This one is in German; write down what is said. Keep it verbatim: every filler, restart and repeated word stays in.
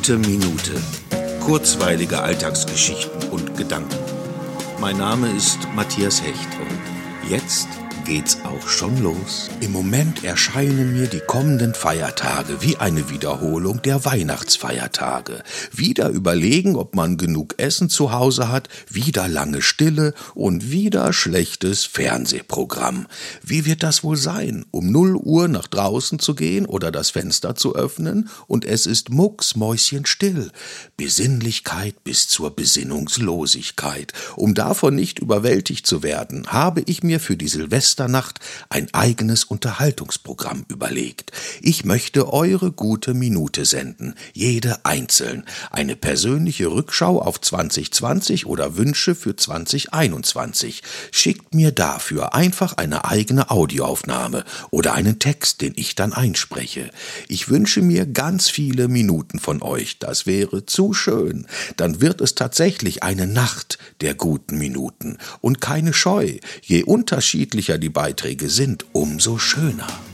Gute Minute. Kurzweilige Alltagsgeschichten und Gedanken. Mein Name ist Matthias Hecht und jetzt geht's auch schon los. Im Moment erscheinen mir die kommenden Feiertage wie eine Wiederholung der Weihnachtsfeiertage. Wieder überlegen, ob man genug Essen zu Hause hat, wieder lange Stille und wieder schlechtes Fernsehprogramm. Wie wird das wohl sein, um null Uhr nach draußen zu gehen oder das Fenster zu öffnen und es ist mucksmäuschenstill. Besinnlichkeit bis zur Besinnungslosigkeit. Um davon nicht überwältigt zu werden, habe ich mir für die Silvester Nacht ein eigenes Unterhaltungsprogramm überlegt. Ich möchte eure gute Minute senden, jede einzeln. Eine persönliche Rückschau auf zwanzig zwanzig oder Wünsche für zwanzig einundzwanzig. Schickt mir dafür einfach eine eigene Audioaufnahme oder einen Text, den ich dann einspreche. Ich wünsche mir ganz viele Minuten von euch, das wäre zu schön. Dann wird es tatsächlich eine Nacht der guten Minuten. Und keine Scheu, je unterschiedlicher die Beiträge sind, umso schöner.